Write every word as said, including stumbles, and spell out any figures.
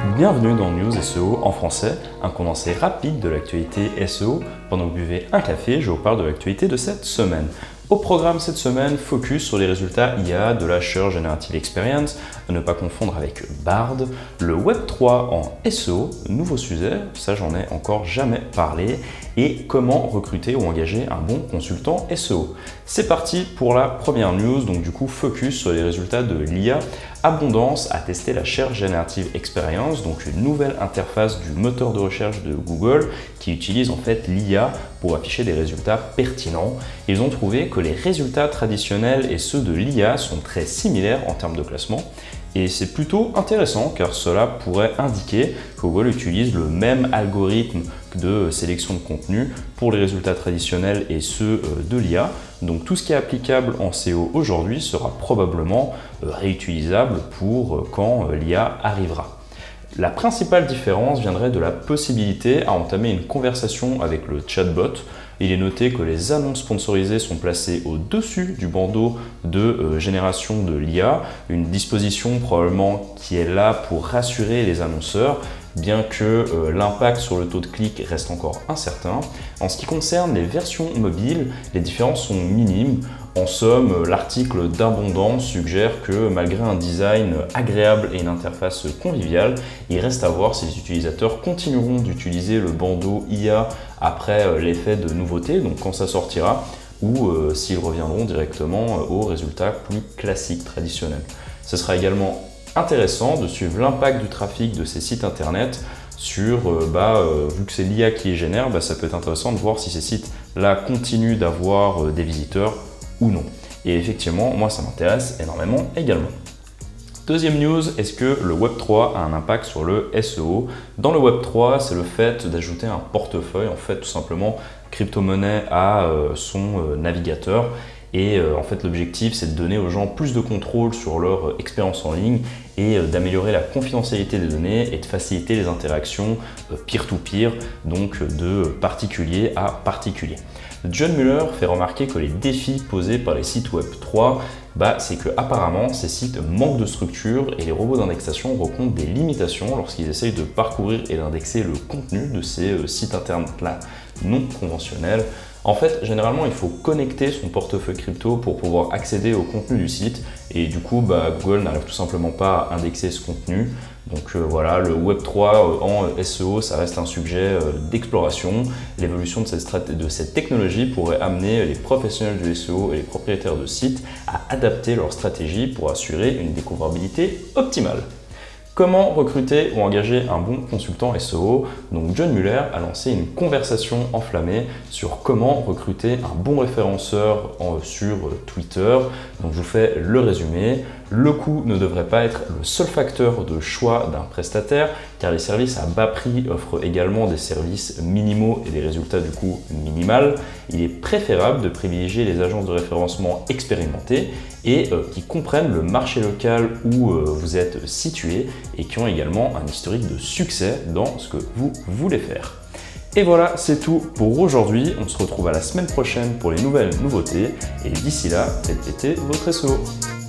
Bienvenue dans News S E O en français, un condensé rapide de l'actualité S E O. Pendant que vous buvez un café, je vous parle de l'actualité de cette semaine. Au programme cette semaine, focus sur les résultats I A de la Search Generative Experience, à ne pas confondre avec Bard, le Web trois en S E O, nouveau sujet, ça j'en ai encore jamais parlé, et comment recruter ou engager un bon consultant S E O. C'est parti pour la première news, donc du coup focus sur les résultats de l'I A. Abondance a testé la Search Generative Experience, donc une nouvelle interface du moteur de recherche de Google qui utilise en fait l'I A pour afficher des résultats pertinents. Ils ont trouvé que les résultats traditionnels et ceux de l'I A sont très similaires en termes de classement. Et c'est plutôt intéressant car cela pourrait indiquer que Google utilise le même algorithme de sélection de contenu pour les résultats traditionnels et ceux de l'I A. Donc tout ce qui est applicable en S E O aujourd'hui sera probablement réutilisable pour quand l'I A arrivera. La principale différence viendrait de la possibilité à entamer une conversation avec le chatbot. Il est noté que les annonces sponsorisées sont placées au-dessus du bandeau de euh, génération de l'I A, une disposition probablement qui est là pour rassurer les annonceurs, bien que euh, l'impact sur le taux de clic reste encore incertain. En ce qui concerne les versions mobiles, les différences sont minimes. En somme, l'article d'Abondance suggère que malgré un design agréable et une interface conviviale, il reste à voir si les utilisateurs continueront d'utiliser le bandeau I A après l'effet de nouveauté, donc quand ça sortira, ou euh, s'ils reviendront directement aux résultats plus classiques, traditionnels. Ce sera également intéressant de suivre l'impact du trafic de ces sites internet sur, euh, bah, euh, vu que c'est l'I A qui les génère, bah, ça peut être intéressant de voir si ces sites-là continuent d'avoir euh, des visiteurs ou non. Et effectivement, moi ça m'intéresse énormément également. Deuxième news, est-ce que le Web trois a un impact sur le S E O? Dans le Web trois, c'est le fait d'ajouter un portefeuille, en fait tout simplement crypto-monnaie à euh, son euh, navigateur. Et euh, en fait l'objectif c'est de donner aux gens plus de contrôle sur leur euh, expérience en ligne et euh, d'améliorer la confidentialité des données et de faciliter les interactions euh, peer-to-peer, donc euh, de particulier à particulier. John Mueller fait remarquer que les défis posés par les sites Web trois, bah, c'est que apparemment ces sites manquent de structure et les robots d'indexation rencontrent des limitations lorsqu'ils essayent de parcourir et d'indexer le contenu de ces euh, sites internet-là non conventionnels. En fait, généralement, il faut connecter son portefeuille crypto pour pouvoir accéder au contenu du site et du coup, bah, Google n'arrive tout simplement pas à indexer ce contenu. Donc euh, voilà, le Web trois euh, en S E O, ça reste un sujet euh, d'exploration. L'évolution de cette, strat- de cette technologie pourrait amener les professionnels du S E O et les propriétaires de sites à adapter leur stratégie pour assurer une découvrabilité optimale. Comment recruter ou engager un bon consultant S E O? Donc John Mueller a lancé une conversation enflammée sur comment recruter un bon référenceur en, sur Twitter. Donc je vous fais le résumé. Le coût ne devrait pas être le seul facteur de choix d'un prestataire, car les services à bas prix offrent également des services minimaux et des résultats du coup minimal. Il est préférable de privilégier les agences de référencement expérimentées et euh, qui comprennent le marché local où euh, vous êtes situé et qui ont également un historique de succès dans ce que vous voulez faire. Et voilà, c'est tout pour aujourd'hui. On se retrouve à la semaine prochaine pour les nouvelles nouveautés et d'ici là, faites péter votre S E O.